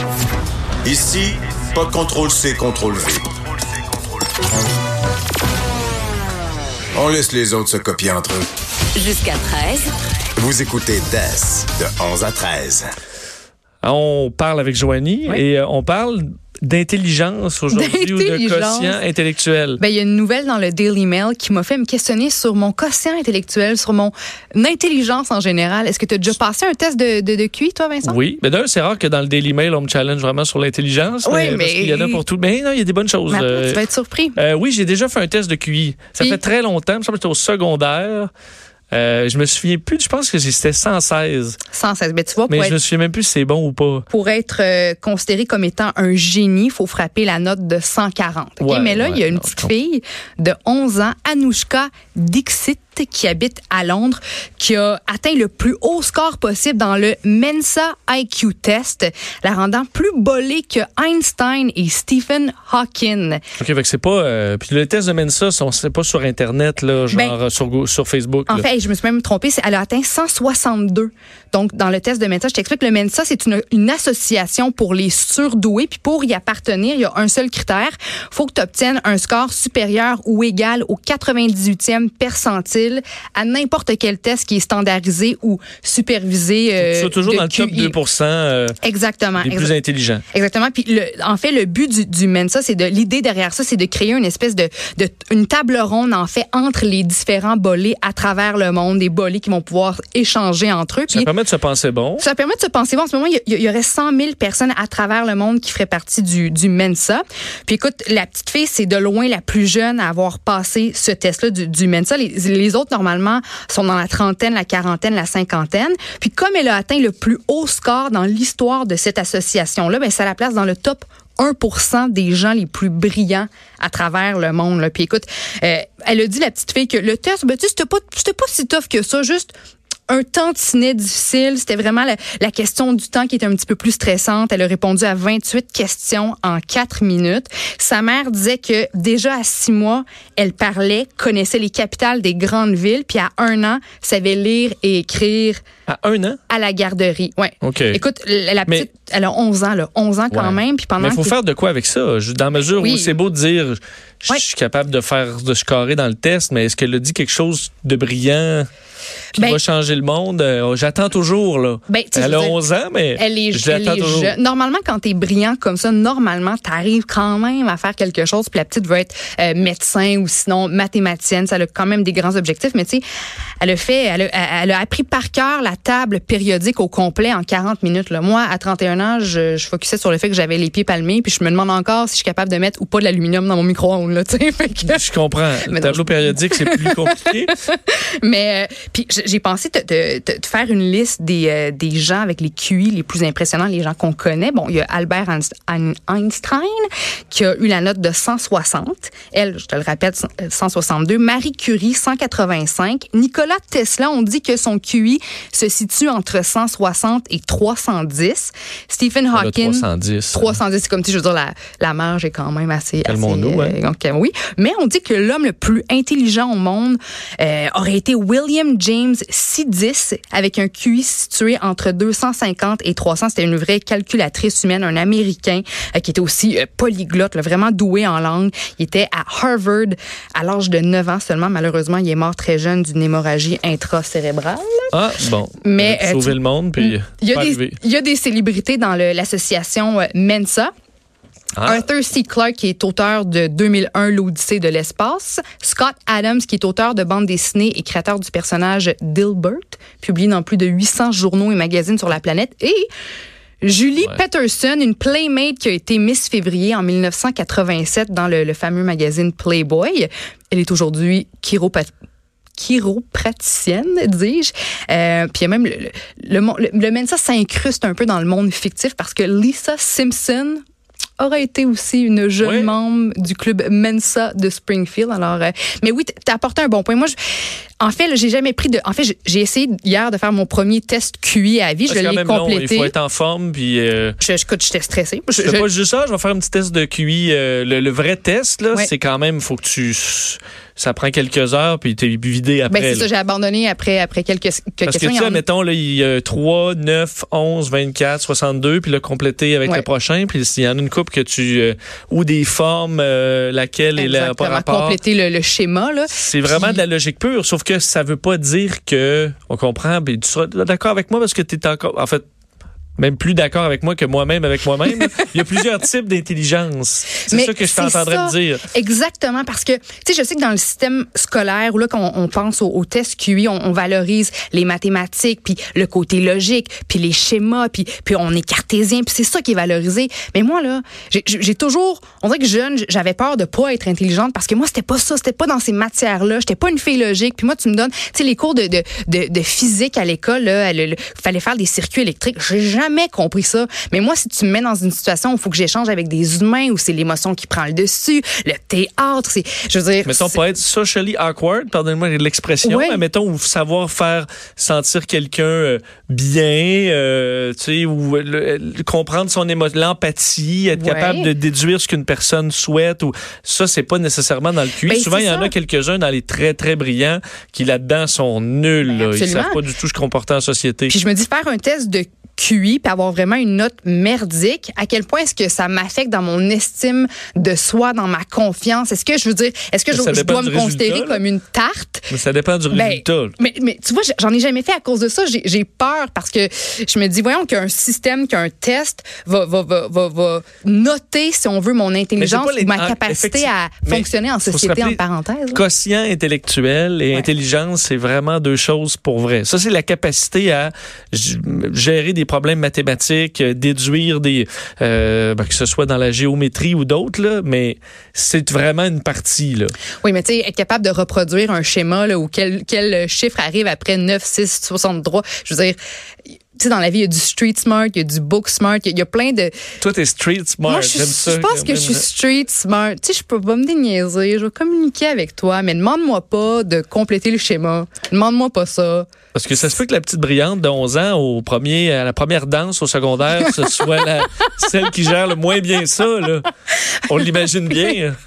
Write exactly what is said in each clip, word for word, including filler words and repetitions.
Ici, pas de contrôle C, contrôle V. On laisse les autres se copier entre eux. Jusqu'à treize. Vous écoutez Des de onze à treize. On parle avec Joanie oui. et euh, on parle d'intelligence aujourd'hui ou de quotient intellectuel. Ben, il y a une nouvelle dans le Daily Mail qui m'a fait me questionner sur mon quotient intellectuel, sur mon intelligence en général. Est-ce que tu as déjà passé un test de, de, de Q I, toi, Vincent? Oui. Ben, d'ailleurs, c'est rare que dans le Daily Mail, on me challenge vraiment sur l'intelligence. Oui, mais... mais... Parce qu'il y en a pour tout. Mais non, il y a des bonnes choses. Mais après, tu vas être surpris. Euh, oui, j'ai déjà fait un test de Q I. Ça Puis... fait très longtemps. Il me semble que j'étais au secondaire. Euh, je me souviens plus, je pense que c'était cent seize. cent seize, ben tu vois, mais je être, me souviens même plus si c'est bon ou pas. Pour être euh, considéré comme étant un génie, il faut frapper la note de cent quarante. Okay? Ouais, mais là, il ouais, y a une non, petite non. fille de onze ans, Anoushka Dixit, qui habite à Londres, qui a atteint le plus haut score possible dans le Mensa I Q test, la rendant plus bolée que Einstein et Stephen Hawking. OK, fait que c'est pas... Euh, puis le test de Mensa, c'est pas sur Internet, là, genre ben, sur, sur Facebook. En là. fait, je me suis même trompée, elle a atteint cent soixante-deux. Donc, dans le test de Mensa, je t'explique, le Mensa, c'est une, une association pour les surdoués, puis pour y appartenir, il y a un seul critère. Il faut que tu obtiennes un score supérieur ou égal au quatre-vingt-dix-huitième percentile à n'importe quel test qui est standardisé ou supervisé. Euh, tu toujours de dans le top Q I. deux pour cent euh, Exactement. des plus intelligents. Exactement. Puis, le, en fait, le but du, du Mensa, c'est de l'idée derrière ça, c'est de créer une espèce de, de une table ronde, en fait, entre les différents bolés à travers le monde, des bolés qui vont pouvoir échanger entre eux. Ça Puis, permet de se penser bon. Ça permet de se penser bon. En ce moment, il y, y aurait cent mille personnes à travers le monde qui feraient partie du, du Mensa. Puis écoute, la petite fille, c'est de loin la plus jeune à avoir passé ce test-là du, du Mensa. Les, les autres, normalement, sont dans la trentaine, la quarantaine, la cinquantaine. Puis comme elle a atteint le plus haut score dans l'histoire de cette association-là, ben ça la place dans le top un pour cent des gens les plus brillants à travers le monde. Là. Puis écoute, euh, elle a dit, la petite fille, que le test, ben, tu sais, c'était pas, c'était pas si tough que ça, juste un tantinet difficile. C'était vraiment la, la question du temps qui était un petit peu plus stressante. Elle a répondu à vingt-huit questions en quatre minutes. Sa mère disait que déjà à six mois, elle parlait, connaissait les capitales des grandes villes, puis à un an, savait lire et écrire. À un an? À la garderie, ouais. OK. Écoute, la, la petite, mais, elle a onze ans, là. onze ans quand ouais. même. Puis pendant mais il faut faire de quoi avec ça? Dans la mesure oui. où c'est beau de dire, je ouais. suis capable de faire, de scorer dans le test, mais est-ce qu'elle a dit quelque chose de brillant qui ben, va changer le monde? Euh, j'attends toujours, là. Ben, elle a onze ans, mais elle est, je l'attends elle est toujours. Jeune. Normalement, quand t'es brillant comme ça, normalement, t'arrives quand même à faire quelque chose. Puis la petite veut être euh, médecin ou sinon mathématicienne. Ça a quand même des grands objectifs. Mais tu sais, elle a fait, elle a, elle a appris par cœur la table périodique au complet en quarante minutes. Là. Moi, à trente et un ans, je, je focusais sur le fait que j'avais les pieds palmés. Puis je me demande encore si je suis capable de mettre ou pas de l'aluminium dans mon micro-ondes. Là, que... Je comprends. Le tableau non, périodique, c'est plus compliqué. Mais euh, puis j'ai pensé te, te, te, te faire une liste des, euh, des gens avec les Q I les plus impressionnants, les gens qu'on connaît. Bon, il y a Albert Einstein qui a eu la note de cent soixante. Elle, je te le rappelle, cent soixante-deux. Marie Curie, cent quatre-vingt-cinq. Nicolas Tesla, on dit que son Q I se situe entre cent soixante et trois cent dix. Stephen Hawking, trois cent dix. trois cent dix, c'est comme si je veux dire la, la marge est quand même assez. Calmons-nous, assez, euh, okay, oui. Mais on dit que l'homme le plus intelligent au monde euh, aurait été William James Sidis, avec un Q I situé entre deux cent cinquante et trois cents. C'était une vraie calculatrice humaine, un Américain euh, qui était aussi euh, polyglotte, là, vraiment doué en langue. Il était à Harvard à l'âge de neuf ans seulement. Malheureusement, il est mort très jeune d'une hémorragie intracérébrale. Ah, bon. Mais euh, sauver tu, le monde, puis il y a des, il y a des célébrités dans le, l'association euh, Mensa. Ah. Arthur C. Clarke, qui est auteur de deux mille un, L'Odyssée de l'espace. Scott Adams, qui est auteur de bande dessinée et créateur du personnage Dilbert, publié dans plus de huit cents journaux et magazines sur la planète. Et Julie ouais. Peterson, une playmate qui a été Miss Février en dix-neuf cent quatre-vingt-sept dans le, le fameux magazine Playboy. Elle est aujourd'hui chiropath- chiropraticienne, dis-je. Euh, puis il y a même le, le, le, le Mensa s'incruste un peu dans le monde fictif parce que Lisa Simpson aurait été aussi une jeune oui. membre du club Mensa de Springfield. Alors, euh, mais oui, t'as apporté un bon point. Moi, je, En fait, là, j'ai jamais pris de. En fait, j'ai essayé hier de faire mon premier test Q I à vie. Parce je l'ai complété. Long, il faut être en forme. Puis, euh, je, écoute, j'étais stressée. Je fais pas juste ça. Je vais faire un petit test de Q I. Euh, le, le vrai test, là, ouais. c'est quand même, faut que tu. Ça prend quelques heures, puis t'es vidé après. Ben, c'est là. Ça, j'ai abandonné après, après quelques, quelques Parce questions. que tu sais, mettons, là, il y a trois, neuf, onze, vingt-quatre, soixante-deux, puis là, complété avec ouais. le prochain. Puis il y en a une couple que tu... Euh, ou des formes, euh, laquelle est là par rapport. Compléter le, le schéma, là. C'est vraiment puis... de la logique pure, sauf que ça veut pas dire que... On comprend, ben, tu seras d'accord avec moi parce que t'es encore... En fait, même plus d'accord avec moi que moi-même avec moi-même. Il y a plusieurs types d'intelligence. C'est Mais ça que je t'entendrais me dire. Exactement, parce que, tu sais, je sais que dans le système scolaire, où là, quand on, on pense aux, aux tests Q I, on, on valorise les mathématiques, puis le côté logique, puis les schémas, puis, puis on est cartésien, puis c'est ça qui est valorisé. Mais moi, là, j'ai, j'ai toujours, on dirait que jeune, j'avais peur de pas être intelligente, parce que moi, c'était pas ça, c'était pas dans ces matières-là, j'étais pas une fille logique. Puis moi, tu me donnes, tu sais, les cours de, de, de, de physique à l'école, là, il fallait faire des circuits électriques. J'ai jamais jamais compris ça. Mais moi, si tu me mets dans une situation où il faut que j'échange avec des humains, où c'est l'émotion qui prend le dessus, le théâtre, c'est, je veux dire... Mettons, pas être socially awkward, pardonnez-moi l'expression, ouais. mais mettons, ou savoir faire sentir quelqu'un bien, euh, tu sais, ou le, le, comprendre son émotion, l'empathie, être ouais. capable de déduire ce qu'une personne souhaite, ou ça, c'est pas nécessairement dans le Q I. Ben, souvent, il y en a quelques-uns dans les très, très brillants qui, là-dedans, sont nuls. Ben, là. Ils savent pas du tout se comporter en société. Puis je me dis, faire un test de Q I puis avoir vraiment une note merdique, à quel point est-ce que ça m'affecte dans mon estime de soi, dans ma confiance? Est-ce que je veux dire, est-ce que je, je dois me considérer là. Comme une tarte? Mais ça dépend du ben, résultat. Mais, mais tu vois, j'en ai jamais fait à cause de ça. J'ai, j'ai peur parce que je me dis, voyons qu'un système, qu'un test va, va, va, va, va noter, si on veut, mon intelligence ou ma capacité à fonctionner en société, en parenthèse. Quotient intellectuel et ouais. intelligence, c'est vraiment deux choses pour vrai. Ça, c'est la capacité à g- gérer des problèmes mathématiques, déduire des... Euh, ben, que ce soit dans la géométrie ou d'autres, là, mais c'est vraiment une partie. Là. Oui, mais tu sais, être capable de reproduire un schéma là, où quel, quel chiffre arrive après neuf, six, soixante-trois, je veux dire... Tu sais, dans la vie, il y a du street smart, il y a du book smart, il y, y a plein de... Toi, t'es street smart, Moi, je, j'aime ça. Je pense que même. Je suis street smart. Tu sais, je peux pas me déniaiser, je vais communiquer avec toi, mais demande-moi pas de compléter le schéma. Demande-moi pas ça. Parce que ça se peut que la petite brillante de onze ans, au premier, à la première danse au secondaire, ce soit la, celle qui gère le moins bien ça, là. On l'imagine bien.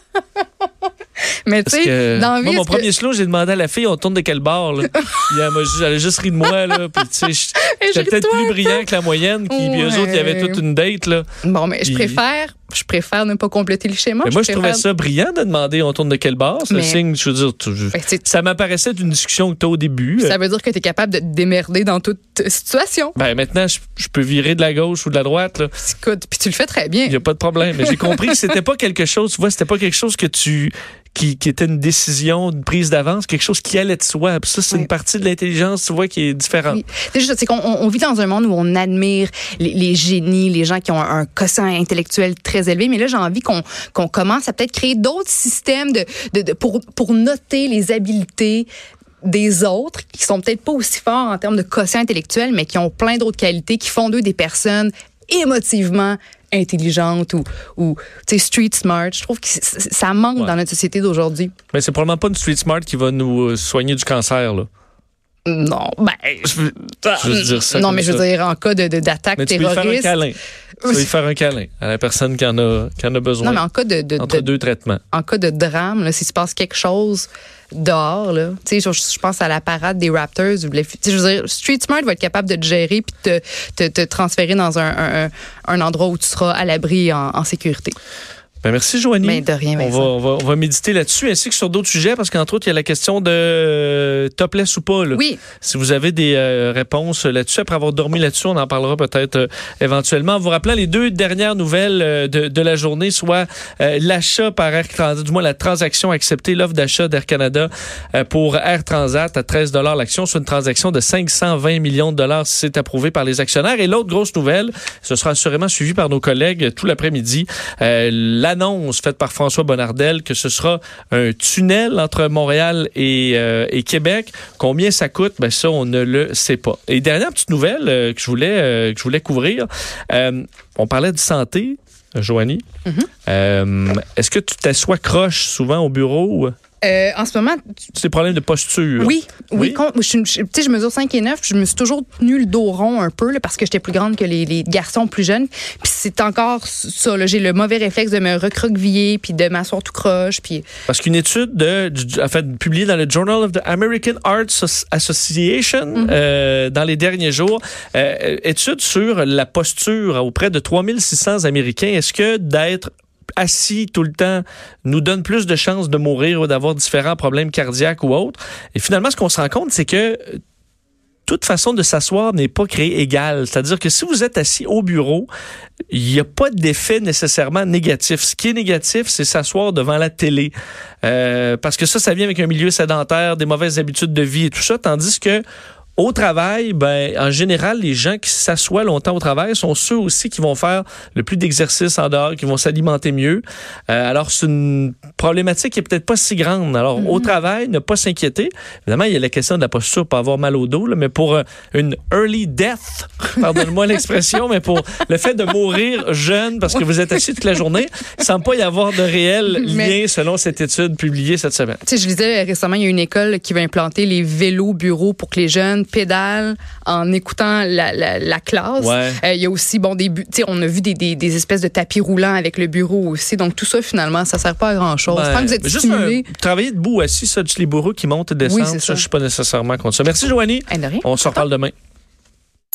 Mais tu sais, dans la vie, moi, mon premier que... slow, j'ai demandé à la fille, on tourne de quel bord, là? Puis elle, m'a, elle a juste ri de moi, là. Puis tu sais, j'étais peut-être plus brillant que la moyenne, puis ouais. eux autres, il y avait toute une date, là. Bon, mais puis... je préfère... Je préfère ne pas compléter le schéma. Mais moi, je, je trouvais ça brillant de demander on tourne de quel bord. C'est mais... signe, je veux dire, tu, je, ben, ça m'apparaissait d'une discussion que tu as au début. Ça veut dire que tu es capable de te démerder dans toute situation. Ben maintenant, je, je peux virer de la gauche ou de la droite. Là. Écoute, puis tu le fais très bien. Il n'y a pas de problème. Mais j'ai compris que c'était pas quelque chose, tu vois, c'était pas quelque chose que tu... Qui, qui était une décision, une prise d'avance, quelque chose qui allait de soi. Puis ça, c'est oui. une partie de l'intelligence, tu vois, qui est différente. Oui. C'est juste, c'est qu'on on vit dans un monde où on admire les, les génies, les gens qui ont un, un quotient intellectuel très élevé. Mais là, j'ai envie qu'on, qu'on commence à peut-être créer d'autres systèmes de, de, de, pour, pour noter les habiletés des autres qui sont peut-être pas aussi forts en termes de quotient intellectuel, mais qui ont plein d'autres qualités, qui font d'eux des personnes émotivement intelligente ou, ou tu sais, street smart. Je trouve que ça manque ouais. dans notre société d'aujourd'hui. Mais c'est probablement pas une street smart qui va nous soigner du cancer, là. Non, ben... Je veux, je veux dire ça non, mais ça. je veux dire, en cas de, de, d'attaque mais tu terroriste... peux lui faire un câlin. Tu peux lui faire un câlin à la personne qui en a, qui en a besoin. Non, mais en cas de... de entre de, deux traitements. En cas de drame, là, s'il se passe quelque chose dehors, là, tu sais, je, je pense à la parade des Raptors. Je veux dire, Street Smart va être capable de te gérer puis te, te, te transférer dans un, un, un endroit où tu seras à l'abri en, en sécurité. Ben merci, Joanie. Ben de rien, on, va, on, va, on va méditer là-dessus, ainsi que sur d'autres sujets, parce qu'entre autres, il y a la question de euh, topless ou pas. Là. Oui. Si vous avez des euh, réponses là-dessus, après avoir dormi là-dessus, on en parlera peut-être euh, éventuellement. En vous rappelant les deux dernières nouvelles euh, de, de la journée, soit euh, l'achat par Air Transat, du moins la transaction acceptée, l'offre d'achat d'Air Canada euh, pour Air Transat à treize dollars l'action, soit une transaction de cinq cent vingt millions de dollars si c'est approuvé par les actionnaires. Et l'autre grosse nouvelle, ce sera assurément suivi par nos collègues tout l'après-midi, euh, la annonce faite par François Bonnardel que ce sera un tunnel entre Montréal et, euh, et Québec. Combien ça coûte? Ben ça, on ne le sait pas. Et dernière petite nouvelle euh, que je voulais euh, que je voulais couvrir. Euh, on parlait de santé, Joanie. Mm-hmm. Euh, est-ce que tu t'assois croche souvent au bureau? Euh, en ce moment... C'est des problèmes de posture. Oui, oui. oui. Je, je, je mesure cinq et neuf, je me suis toujours tenu le dos rond un peu là, parce que j'étais plus grande que les, les garçons plus jeunes. Puis c'est encore ça, là, j'ai le mauvais réflexe de me recroqueviller puis de m'asseoir tout croche. Puis... Parce qu'une étude de, en fait, publiée dans le Journal of the American Arts Association mm-hmm. euh, dans les derniers jours, euh, étude sur la posture auprès de trois mille six cents Américains. Est-ce que d'être assis tout le temps nous donne plus de chances de mourir ou d'avoir différents problèmes cardiaques ou autres? Et finalement, ce qu'on se rend compte, c'est que toute façon de s'asseoir n'est pas créée égale. C'est-à-dire que si vous êtes assis au bureau, il n'y a pas d'effet nécessairement négatif. Ce qui est négatif, c'est s'asseoir devant la télé. Euh, parce que ça, ça vient avec un milieu sédentaire, des mauvaises habitudes de vie et tout ça, tandis que au travail, ben, en général, les gens qui s'assoient longtemps au travail sont ceux aussi qui vont faire le plus d'exercices en dehors, qui vont s'alimenter mieux. Euh, alors, c'est une problématique qui est peut-être pas si grande. Alors, mm-hmm. au travail, ne pas s'inquiéter. Évidemment, il y a la question de la posture pour avoir mal au dos, là, mais pour euh, une early death, pardonne-moi l'expression, mais pour le fait de mourir jeune parce que vous êtes assis toute la journée, il ne semble pas y avoir de réel mais, lien selon cette étude publiée cette semaine. Tu sais, je lisais récemment, il y a une école qui va implanter les vélos bureaux pour que les jeunes pédalent en écoutant la, la, la classe. Ouais. Euh, il y a aussi, bon, des, tu sais, on a vu des, des, des espèces de tapis roulants avec le bureau aussi. Donc, tout ça, finalement, ça sert pas à grand-chose. Ben, Quand vous êtes juste stimulé. Un, travailler debout, assis, ça, les bourreaux qui montent et descendent, oui, ça, ça, je suis pas nécessairement contre ça. Merci, Joanie. Hey, on se reparle demain.